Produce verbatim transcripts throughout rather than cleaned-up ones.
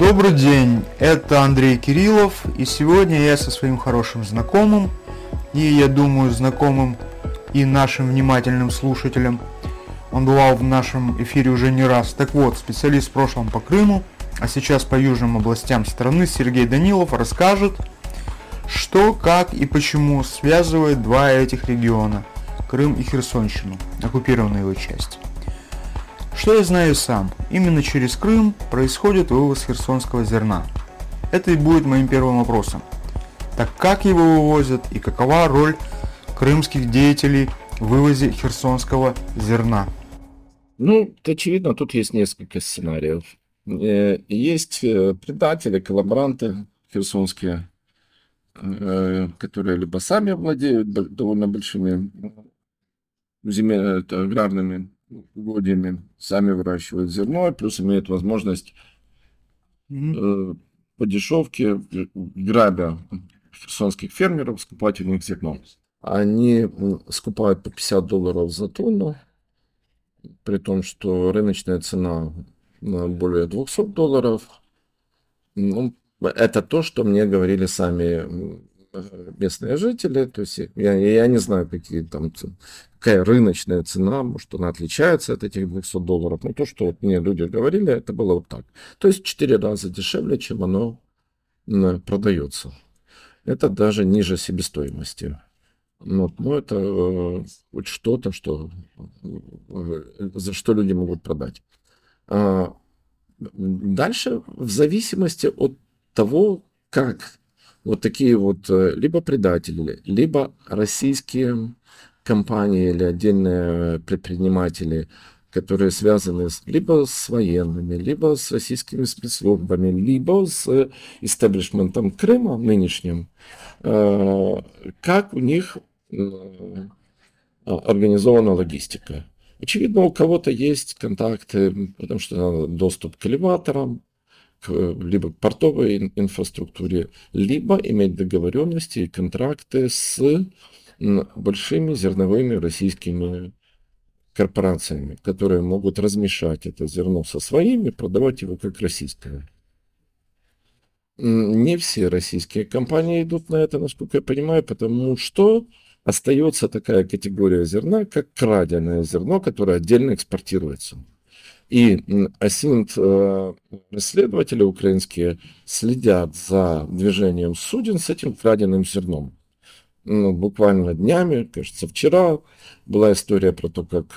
Добрый день, это Андрей Кириллов, и сегодня я со своим хорошим знакомым, и я думаю знакомым и нашим внимательным слушателям, он бывал в нашем эфире уже не раз. Так вот, специалист в прошлом по Крыму, а сейчас по южным областям страны, Сергей Данилов расскажет, что, как и почему связывает два этих региона, Крым и Херсонщину, оккупированные его части. Что я знаю сам, именно через Крым происходит вывоз херсонского зерна. Это и будет моим первым вопросом. Так как его вывозят и какова роль крымских деятелей в вывозе херсонского зерна? Ну, очевидно, тут есть несколько сценариев. Есть предатели, коллаборанты херсонские, которые либо сами владеют довольно большими земель, аграрными угодьями, сами выращивают зерно, плюс имеют возможность mm-hmm. по дешевке, грабя херсонских фермеров, скупать у них зерно. Они скупают по пятьдесят долларов за тонну, при том, что рыночная цена более двести долларов. Ну, это то, что мне говорили сами местные жители. То есть я, я не знаю, какие там, какая рыночная цена, может, она отличается от этих двухсот долларов. Но то, что вот мне люди говорили, это было вот так. То есть в четыре раза дешевле, чем оно продается. Это даже ниже себестоимости. Ну, ну это э, хоть что-то, что, э, за что люди могут продать. А дальше, в зависимости от того, как вот такие вот либо предатели, либо российские компании или отдельные предприниматели, которые связаны с, либо с военными, либо с российскими спецслужбами, либо с истеблишментом Крыма нынешним, э, как у них организована логистика. Очевидно, у кого-то есть контакты, потому что надо доступ к элеваторам, к, либо к портовой инфраструктуре, либо иметь договоренности и контракты с большими зерновыми российскими корпорациями, которые могут размешать это зерно со своими, продавать его как российское. Не все российские компании идут на это, насколько я понимаю, потому что остается такая категория зерна, как краденое зерно, которое отдельно экспортируется. И АСИНТ исследователи украинские следят за движением суден с этим краденым зерном. Ну, буквально днями, кажется, вчера была история про то, как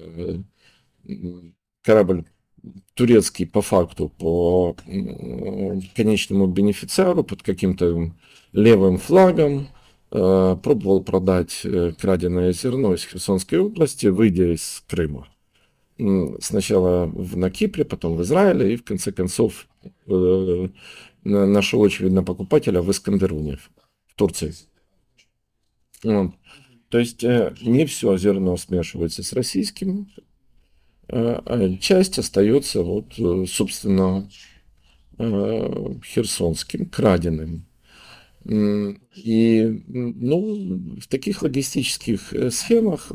корабль турецкий по факту, по конечному бенефициару под каким-то левым флагом пробовал продать краденое зерно из Херсонской области, выйдя из Крыма. Сначала на Кипре, потом в Израиле, и в конце концов нашел, очевидно, покупателя в Искандеруне, в Турции. Вот. То есть не все зерно смешивается с российским, а часть остается, вот, собственно, херсонским, краденым. И, ну, в таких логистических схемах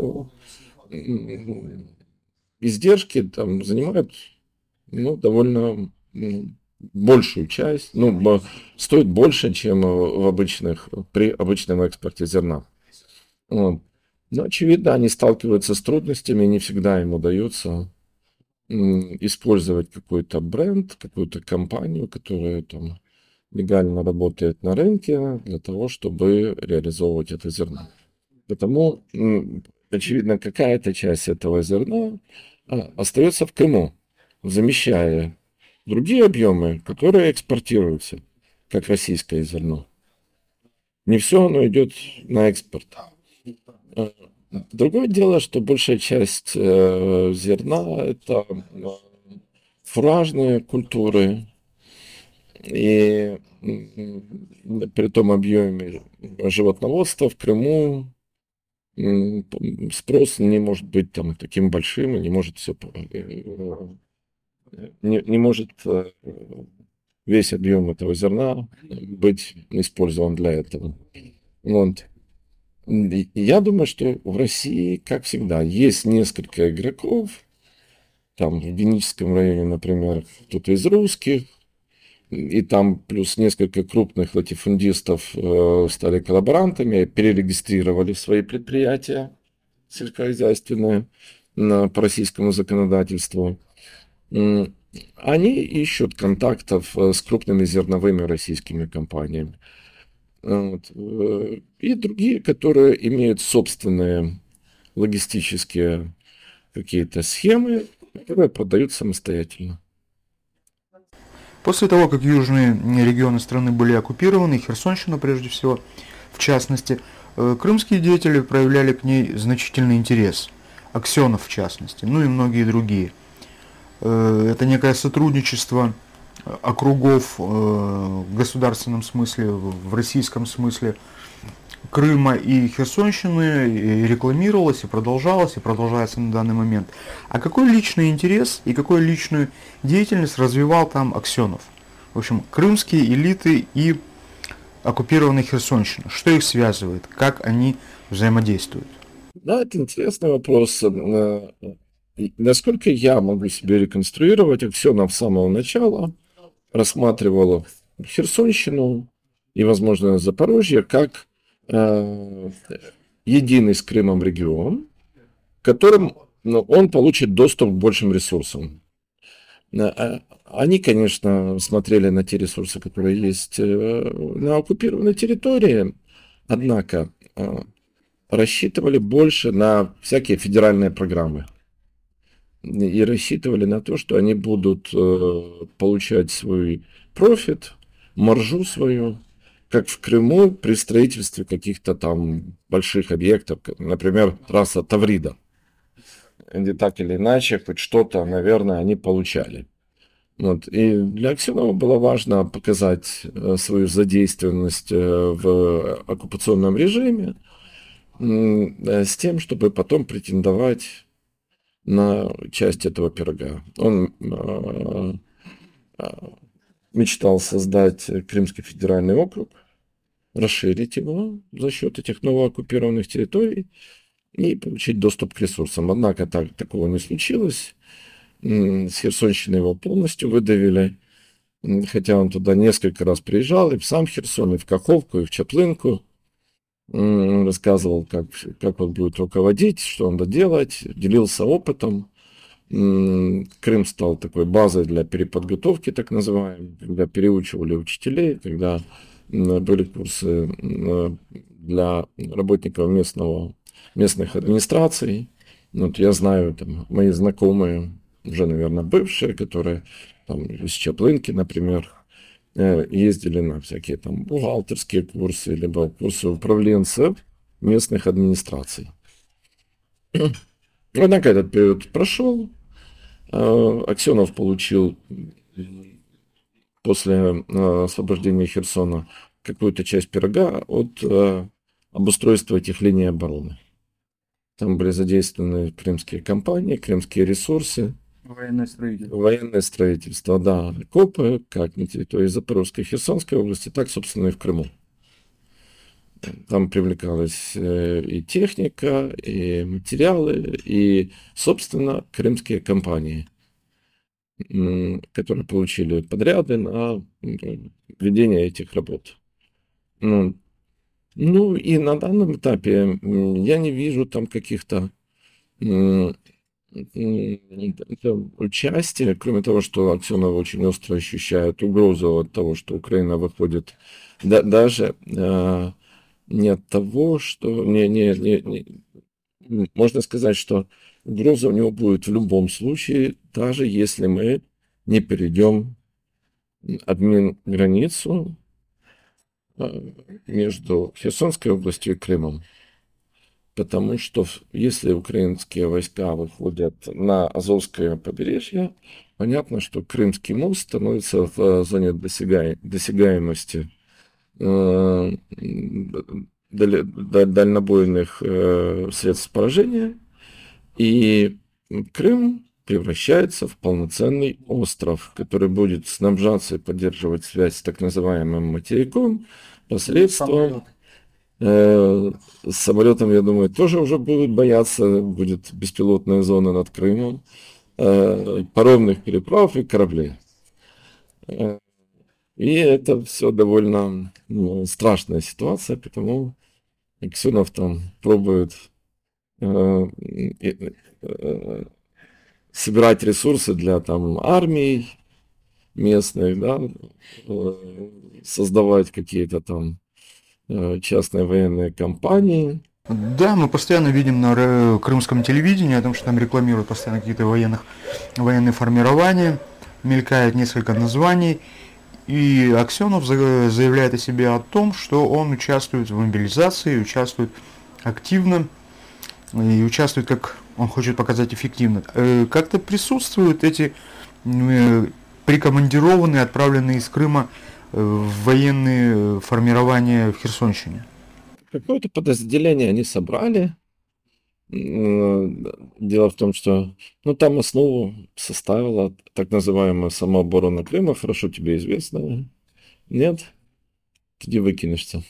издержки там занимают, ну, довольно большую часть, ну, стоит больше, чем в обычных, при обычном экспорте зерна. Вот. Но, очевидно, они сталкиваются с трудностями, не всегда им удается использовать какой-то бренд, какую-то компанию, которая там легально работает на рынке для того, чтобы реализовывать это зерно. Потому, очевидно, какая-то часть этого зерна остается в Крыму, замещая другие объемы, которые экспортируются, как российское зерно. Не все оно идет на экспорт. Другое дело, что большая часть э, зерна – это фуражные культуры, и при том объеме животноводства в Крыму спрос не может быть там таким большим, и не может все, не, не может весь объем этого зерна быть использован для этого. Вот. Я думаю, что в России, как всегда, есть несколько игроков. Там в Геническом районе, например, кто-то из русских, и там плюс несколько крупных латифундистов э, стали коллаборантами, перерегистрировали свои предприятия сельскохозяйственные на, по российскому законодательству. Они ищут контактов с крупными зерновыми российскими компаниями. Вот. И другие, которые имеют собственные логистические какие-то схемы, которые продают самостоятельно. После того, как южные регионы страны были оккупированы, Херсонщина прежде всего, в частности, крымские деятели проявляли к ней значительный интерес. Аксенов в частности, ну и многие другие. Это некое сотрудничество округов в государственном смысле, в российском смысле Крыма и Херсонщины рекламировалось и продолжалось, и продолжается на данный момент. А какой личный интерес и какую личную деятельность развивал там Аксенов? В общем, крымские элиты и оккупированная Херсонщина. Что их связывает? Как они взаимодействуют? Да, это интересный вопрос. Насколько я могу себе реконструировать, Аксенов с самого начала рассматривал Херсонщину и, возможно, Запорожье как э, единый с Крымом регион, которым ну, он получит доступ к большим ресурсам. Они, конечно, смотрели на те ресурсы, которые есть на оккупированной территории, однако рассчитывали больше на всякие федеральные программы. И рассчитывали на то, что они будут получать свой профит, маржу свою, как в Крыму при строительстве каких-то там больших объектов, например, трасса Таврида, где так или иначе хоть что-то, наверное, они получали. Вот. И для Аксенова было важно показать свою задействованность в оккупационном режиме с тем, чтобы потом претендовать на часть этого пирога. Он мечтал создать Крымский федеральный округ, расширить его за счет этих новооккупированных территорий и получить доступ к ресурсам. Однако так, такого не случилось. С Херсонщины его полностью выдавили, хотя он туда несколько раз приезжал, и в сам Херсон, и в Каховку, и в Чаплынку. Рассказывал, как, как он будет руководить, что он будет делать, делился опытом. Крым стал такой базой для переподготовки, так называемой, когда переучивали учителей, когда были курсы для работников местного, местных администраций. Вот я знаю, там, мои знакомые, уже, наверное, бывшие, которые там, из Чаплынки, например, ездили на всякие там бухгалтерские курсы, либо курсы управленцев местных администраций. Однако этот период прошел. Аксенов получил после освобождения Херсона какую-то часть пирога от обустройства этих линий обороны. Там были задействованы крымские компании, крымские ресурсы. Военное строительство. Военное строительство, да. Копы, как на территории Запорожской и Херсонской области, так, собственно, и в Крыму. Там привлекалась и техника, и материалы, и, собственно, крымские компании, которые получили подряды на ведение этих работ. Ну, ну и на данном этапе я не вижу там каких-то участия, кроме того, что Аксенов очень остро ощущает угрозу от того, что Украина выходит, да, даже э, не от того, что не, не, не, не, можно сказать, что угроза у него будет в любом случае, даже если мы не перейдем админ границу между Херсонской областью и Крымом. Потому что если украинские войска выходят на Азовское побережье, понятно, что Крымский мост становится в зоне досяга... досягаемости э, дальнобойных э, средств поражения, и Крым превращается в полноценный остров, который будет снабжаться и поддерживать связь с так называемым материком посредством... С самолетом, я думаю, тоже уже будут бояться, будет беспилотная зона над Крымом, паромных переправ и кораблей. И это все довольно ну, страшная ситуация, потому Аксенов там пробует э, э, э, собирать ресурсы для там армий местных, да, э, создавать какие-то там э, частные военные компании. Да, мы постоянно видим на ре- крымском телевидении о том, что там рекламируют постоянно какие-то военных, военные формирования, мелькает несколько названий, и Аксенов за- заявляет о себе о том, что он участвует в мобилизации, участвует активно и участвует, как он хочет показать, эффективно. Э, Как-то присутствуют эти э, прикомандированные, отправленные из Крыма э, в военные формирования в Херсонщине? Какое-то подразделение они собрали. Э, Дело в том, что ну, там основу составила так называемая самооборона Крыма, хорошо тебе известно. Нет? Ты не выкинешься.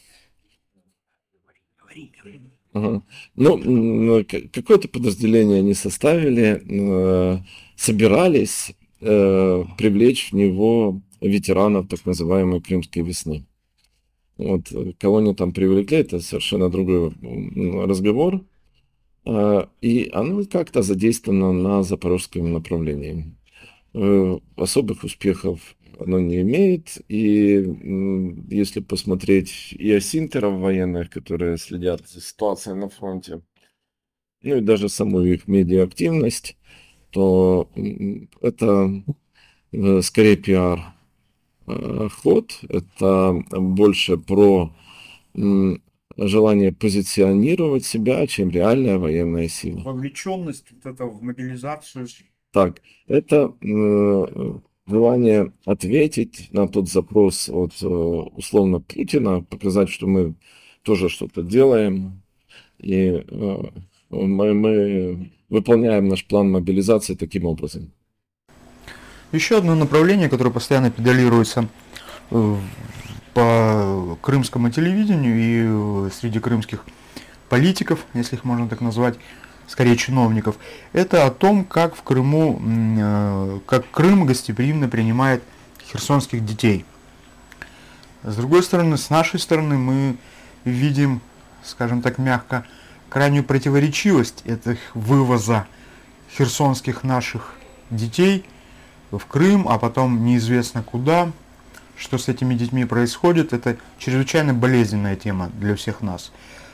Ага. Ну, м, к- какое-то подразделение они составили, э, собирались э, привлечь в него ветеранов так называемой Крымской весны. Вот, э, кого они там привлекли, это совершенно другой м, разговор. А, И оно как-то задействовано на запорожском направлении. Э, Особых успехов оно не имеет. И м, если посмотреть и осинтеров военных, которые следят за ситуацией на фронте, ну и даже саму их медиаактивность, то м, это э, скорее пиар э, ход. Это больше про м, желание позиционировать себя, чем реальная военная сила. Вовлеченность вот это в мобилизацию. Так, это э, желание ответить на тот запрос от э, условно Путина, показать, что мы тоже что-то делаем, и э, мы, мы выполняем наш план мобилизации таким образом. Еще одно направление, которое постоянно педалируется э, по крымскому телевидению и э, среди крымских политиков, если их можно так назвать, скорее чиновников, это о том, как в Крыму, м, э, как Крым гостеприимно принимает херсонских детей. С другой стороны, с нашей стороны мы видим, скажем так мягко, крайнюю противоречивость этих вывоза херсонских наших детей в Крым, а потом неизвестно куда. Что с этими детьми происходит, это чрезвычайно болезненная тема для всех нас.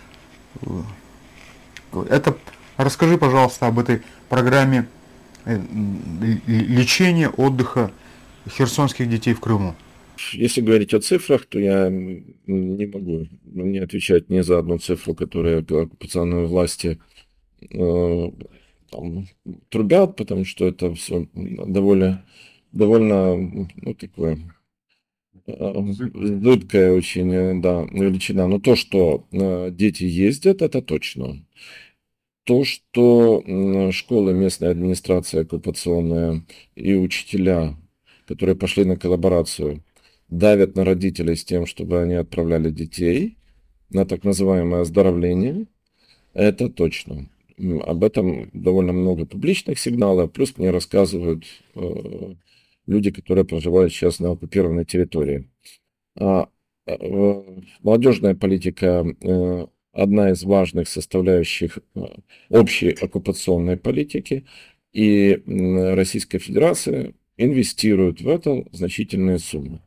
Это расскажи, пожалуйста, об этой программе э, лечения, отдыха херсонских детей в Крыму. Если говорить о цифрах, то я м, не могу не отвечать ни за одну цифру, которую оккупационные власти э, там, трубят, потому что это все довольно, довольно ну, такое э, зыбкая очень э, да, величина. Но то, что э, дети ездят, это точно. То, что м, школы, местная администрация оккупационная и учителя, которые пошли на коллаборацию, давят на родителей с тем, чтобы они отправляли детей на так называемое оздоровление, это точно. М, Об этом довольно много публичных сигналов, плюс мне рассказывают э, люди, которые проживают сейчас на оккупированной территории. А, э, Молодежная политика э, одна из важных составляющих э, общей оккупационной политики, и м, Российская Федерация инвестирует в это значительные суммы.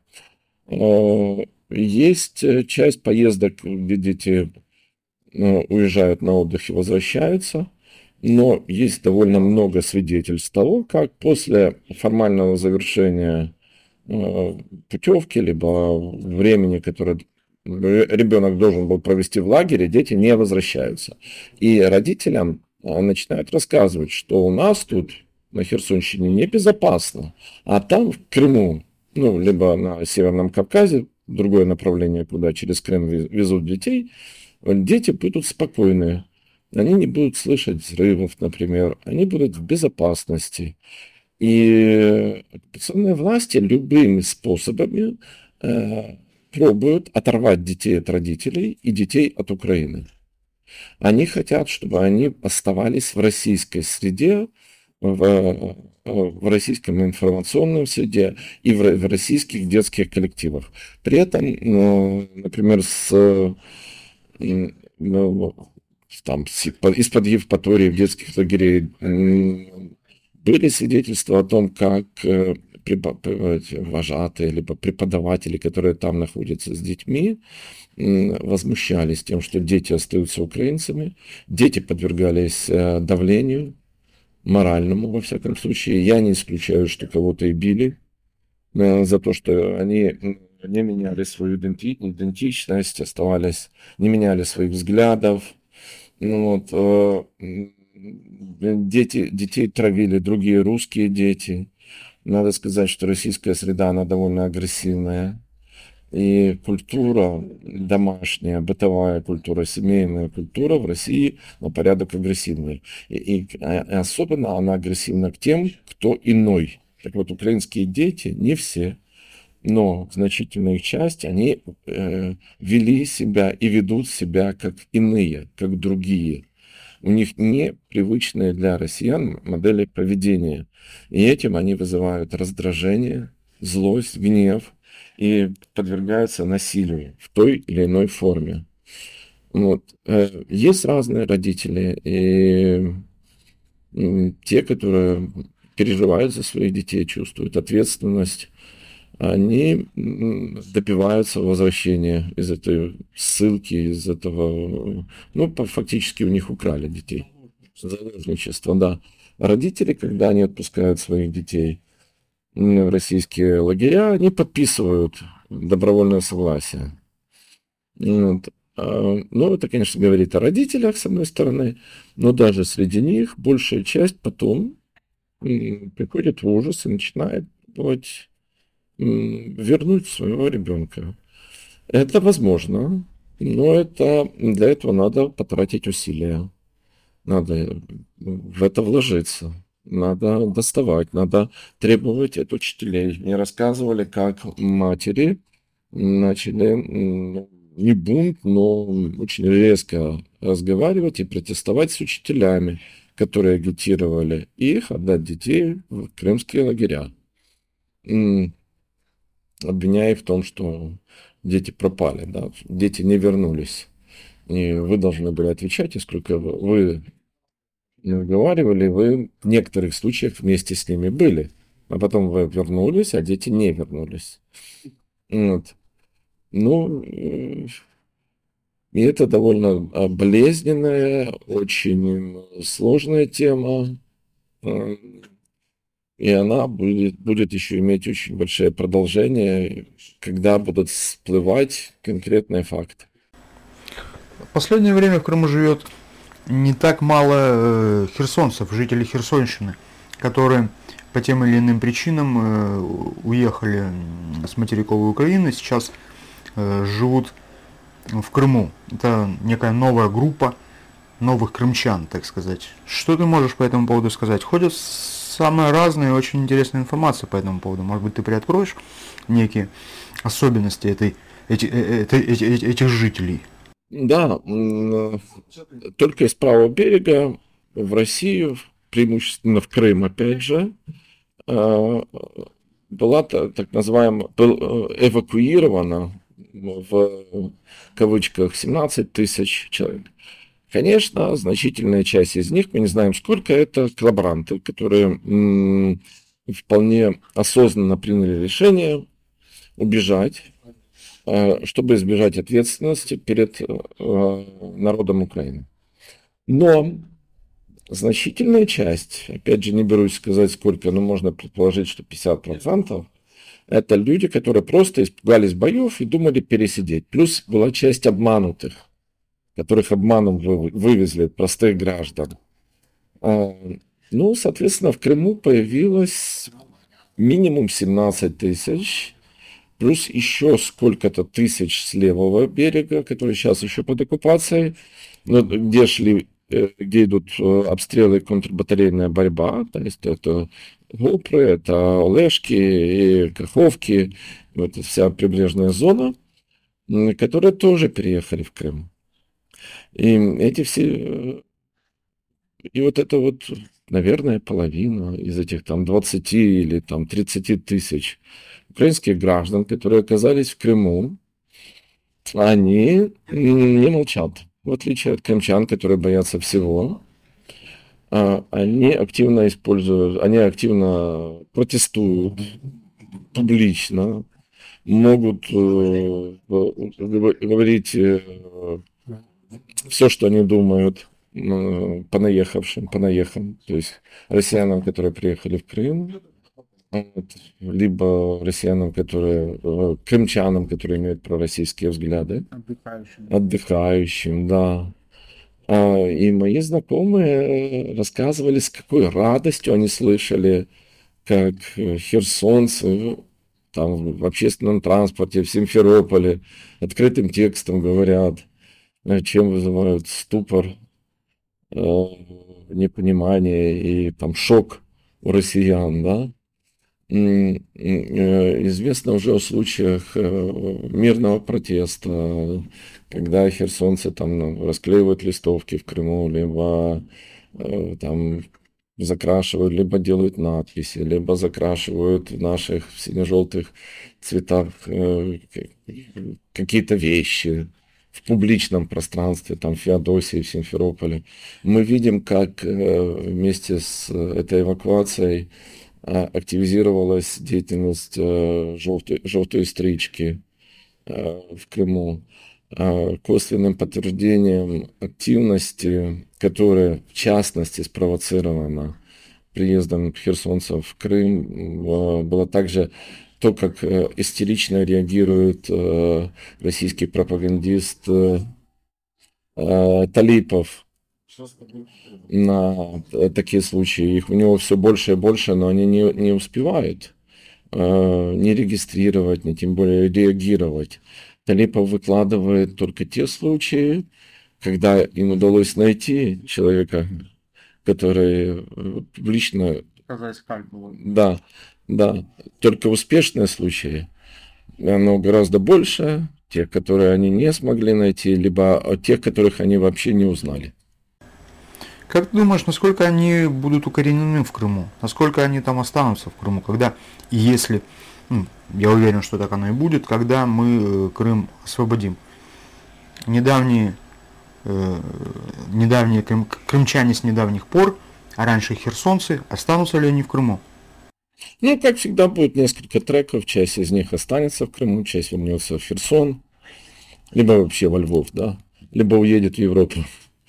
Э, Есть э, часть поездок, где дети э, уезжают на отдых и возвращаются, но есть довольно много свидетельств того, как после формального завершения э, путевки, либо времени, которое ребенок должен был провести в лагере, дети не возвращаются. И родителям э, начинают рассказывать, что у нас тут на Херсонщине небезопасно, а там в Крыму, ну, либо на Северном Кавказе, другое направление, куда через Крым везут детей, дети будут спокойные. Они не будут слышать взрывов, например. Они будут в безопасности. И оккупационные власти любыми способами э, пробуют оторвать детей от родителей и детей от Украины. Они хотят, чтобы они оставались в российской среде, в, в российском информационном среде и в, в российских детских коллективах. При этом, например, с, там, из-под Евпатории в детских лагерей были свидетельства о том, как вожатые, либо преподаватели, которые там находятся с детьми, возмущались тем, что дети остаются украинцами, дети подвергались давлению, моральному, во всяком случае. Я не исключаю, что кого-то и били за то, что они не меняли свою идентичность, оставались, не меняли своих взглядов. Ну, вот, дети, детей травили другие русские дети. Надо сказать, что российская среда, она довольно агрессивная. И культура домашняя, бытовая культура, семейная культура в России на порядок агрессивнее. И, и, и особенно она агрессивна к тем, кто иной. Так вот, украинские дети, не все, но значительная их часть, они э, вели себя и ведут себя как иные, как другие. У них непривычные для россиян модели поведения. И этим они вызывают раздражение, злость, гнев и подвергаются насилию в той или иной форме. Вот. Есть разные родители, и те, которые переживают за своих детей, чувствуют ответственность, они добиваются возвращения из этой ссылки, из этого, ну, фактически у них украли детей. Заложничество, да. Родители, когда они отпускают своих детей в российские лагеря, они подписывают добровольное согласие. Вот. Ну, это, конечно, говорит о родителях, с одной стороны, но даже среди них большая часть потом приходит в ужас и начинает быть, вернуть своего ребенка. Это возможно, но это, для этого надо потратить усилия. Надо в это вложиться. Надо доставать, надо требовать от учителей. Мне рассказывали, как матери начали, не бунт, но очень резко разговаривать и протестовать с учителями, которые агитировали их отдать детей в крымские лагеря, обвиняя их в том, что дети пропали, да, дети не вернулись. И вы должны были отвечать, и сколько вы не разговаривали, вы в некоторых случаях вместе с ними были. А потом вы вернулись, а дети не вернулись. Вот. Ну, и это довольно болезненная, очень сложная тема. И она будет, будет еще иметь очень большое продолжение, когда будут всплывать конкретные факты. В последнее время в Крыму живет не так мало херсонцев, жителей Херсонщины, которые по тем или иным причинам уехали с материковой Украины, сейчас живут в Крыму. Это некая новая группа новых крымчан, так сказать. Что ты можешь по этому поводу сказать? Ходят самая разная и очень интересная информация по этому поводу. Может быть, ты приоткроешь некие особенности этой, эти, эти, эти, этих жителей? Да, только из правого берега в Россию, преимущественно в Крым, опять же, была так называемая, эвакуирована, в кавычках, семнадцать тысяч человек. Конечно, значительная часть из них, мы не знаем сколько, это коллаборанты, которые м, вполне осознанно приняли решение убежать, э, чтобы избежать ответственности перед э, народом Украины. Но значительная часть, опять же, не берусь сказать сколько, но можно предположить, что пятьдесят процентов, это люди, которые просто испугались боев и думали пересидеть. Плюс была часть обманутых, которых обманом вывезли, простых граждан. Ну, соответственно, в Крыму появилось минимум семнадцать тысяч, плюс еще сколько-то тысяч с левого берега, которые сейчас еще под оккупацией, где шли, где идут обстрелы, контрбатарейная борьба, то есть это Гопры, это Олешки и Каховки, вот вся прибрежная зона, которые тоже переехали в Крым. И эти все И вот это вот, наверное, половина из этих там двадцати или там тридцати тысяч украинских граждан, которые оказались в Крыму, они не молчат. В отличие от крымчан, которые боятся всего, а, они активно используют, они активно протестуют публично, могут э, говорить все, что они думают э, понаехавшим, понаехам, то есть россиянам, которые приехали в Крым, вот, либо россиянам, которые, э, крымчанам, которые имеют пророссийские взгляды, Отдыхающим. отдыхающим, да. А, И мои знакомые рассказывали, с какой радостью они слышали, как э, херсонцы там в общественном транспорте в Симферополе открытым текстом говорят, э, чем вызывают ступор, э, непонимание и там шок у россиян, да. М, э, Известно уже о случаях э, мирного протеста, когда херсонцы там ну, расклеивают листовки в Крыму, либо э, там закрашивают, либо делают надписи, либо закрашивают в наших сине-желтых цветах э, к- какие-то вещи в публичном пространстве, там в Феодосии, в Симферополе. Мы видим, как э, вместе с этой эвакуацией а, активизировалась деятельность э, желтой, желтой стрички э, в Крыму, э, косвенным подтверждением активности, которая в частности спровоцирована приездом херсонцев в Крым, э, было также то, как э, истерично реагирует э, российский пропагандист э, э, Талипов на э, такие случаи. Их у него все больше и больше, но они не, не успевают э, не регистрировать, не тем более реагировать. Талипов выкладывает только те случаи, когда им удалось найти человека, который э, публично... Сказать скальпелом. Да, да. Только успешные случаи, оно гораздо больше, тех, которые они не смогли найти, либо тех, которых они вообще не узнали. Как ты думаешь, насколько они будут укоренены в Крыму? Насколько они там останутся в Крыму? Когда и если, ну, я уверен, что так оно и будет, когда мы э, Крым освободим? Недавние, э, недавние крым, крымчане с недавних пор, а раньше херсонцы, останутся ли они в Крыму? Ну, как всегда, будет несколько треков, часть из них останется в Крыму, часть вернется в Херсон, либо вообще во Львов, да, либо уедет в Европу.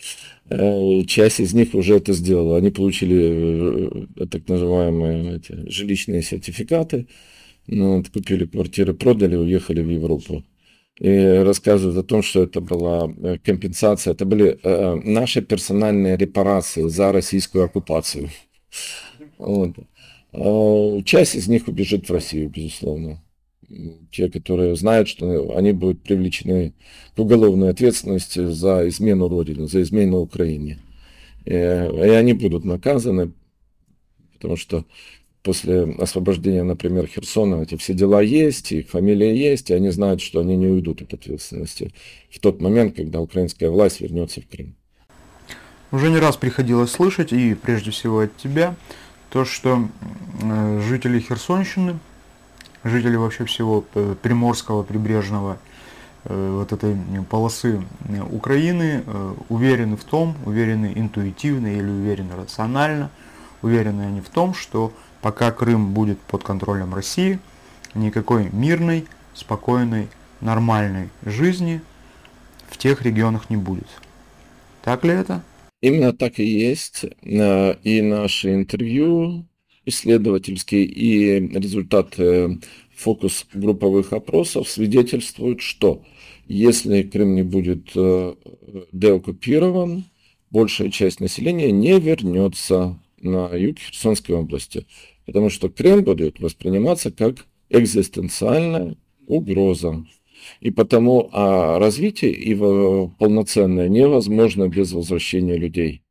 Э, Часть из них уже это сделала. Они получили э, так называемые эти, жилищные сертификаты, ну, вот, купили квартиры, продали, уехали в Европу. И рассказывают о том, что это была э, компенсация, это были э, наши персональные репарации за российскую оккупацию. Вот. А часть из них убежит в Россию, безусловно. Те, которые знают, что они будут привлечены к уголовной ответственности за измену Родине, за измену Украине. И, и они будут наказаны, потому что после освобождения, например, Херсона, эти все дела есть, их фамилия есть, и они знают, что они не уйдут от ответственности в тот момент, когда украинская власть вернется в Крым. Уже не раз приходилось слышать, и прежде всего от тебя, то, что э, жители Херсонщины, жители вообще всего э, Приморского, Прибрежного, э, вот этой полосы э, Украины э, уверены в том, уверены интуитивно или уверены рационально, уверены они в том, что пока Крым будет под контролем России, никакой мирной, спокойной, нормальной жизни в тех регионах не будет. Так ли это? Именно так и есть. Э, И наши интервью исследовательские, и результаты фокус-групповых опросов свидетельствуют, что если Крым не будет э, деоккупирован, большая часть населения не вернется на юг Херсонской области, потому что Крым будет восприниматься как экзистенциальная угроза. И потому а развитие его полноценное невозможно без возвращения людей.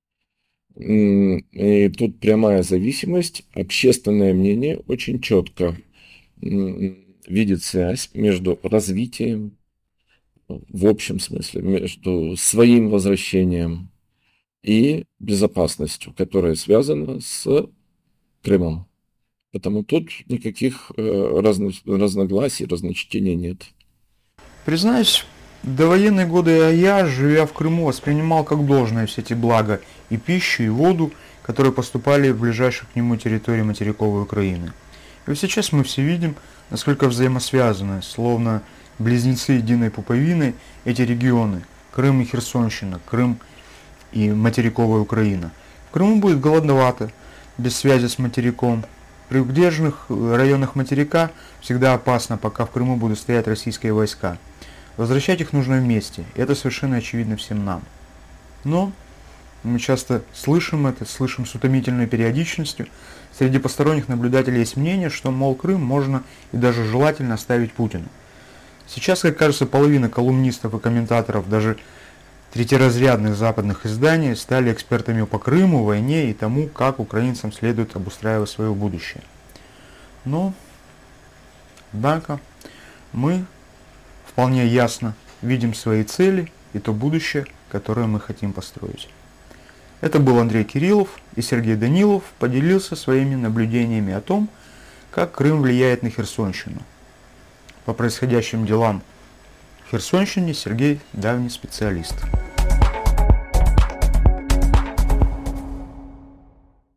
М, И тут прямая зависимость, общественное мнение очень четко м, видит связь между развитием, в общем смысле, между своим возвращением и безопасностью, которая связана с Крымом. Потому тут никаких э, разно, разногласий, разночтений нет. Признаюсь, в довоенные годы я, живя в Крыму, воспринимал как должное все эти блага и пищу, и воду, которые поступали в ближайших к нему территории материковой Украины. И вот сейчас мы все видим, насколько взаимосвязаны, словно близнецы единой пуповины, эти регионы – Крым и Херсонщина, Крым и материковая Украина. В Крыму будет голодновато, без связи с материком. В прибрежных районах материка всегда опасно, пока в Крыму будут стоять российские войска. Возвращать их нужно вместе, и это совершенно очевидно всем нам. Но мы часто слышим это, слышим с утомительной периодичностью. Среди посторонних наблюдателей есть мнение, что, мол, Крым можно и даже желательно оставить Путину. Сейчас, как кажется, половина колумнистов и комментаторов, даже третьеразрядных западных изданий, стали экспертами по Крыму, войне и тому, как украинцам следует обустраивать свое будущее. Но, однако, мы вполне ясно видим свои цели и то будущее, которое мы хотим построить. Это был Андрей Кириллов, и Сергей Данилов поделился своими наблюдениями о том, как Крым влияет на Херсонщину. По происходящим делам в Херсонщине Сергей давний специалист.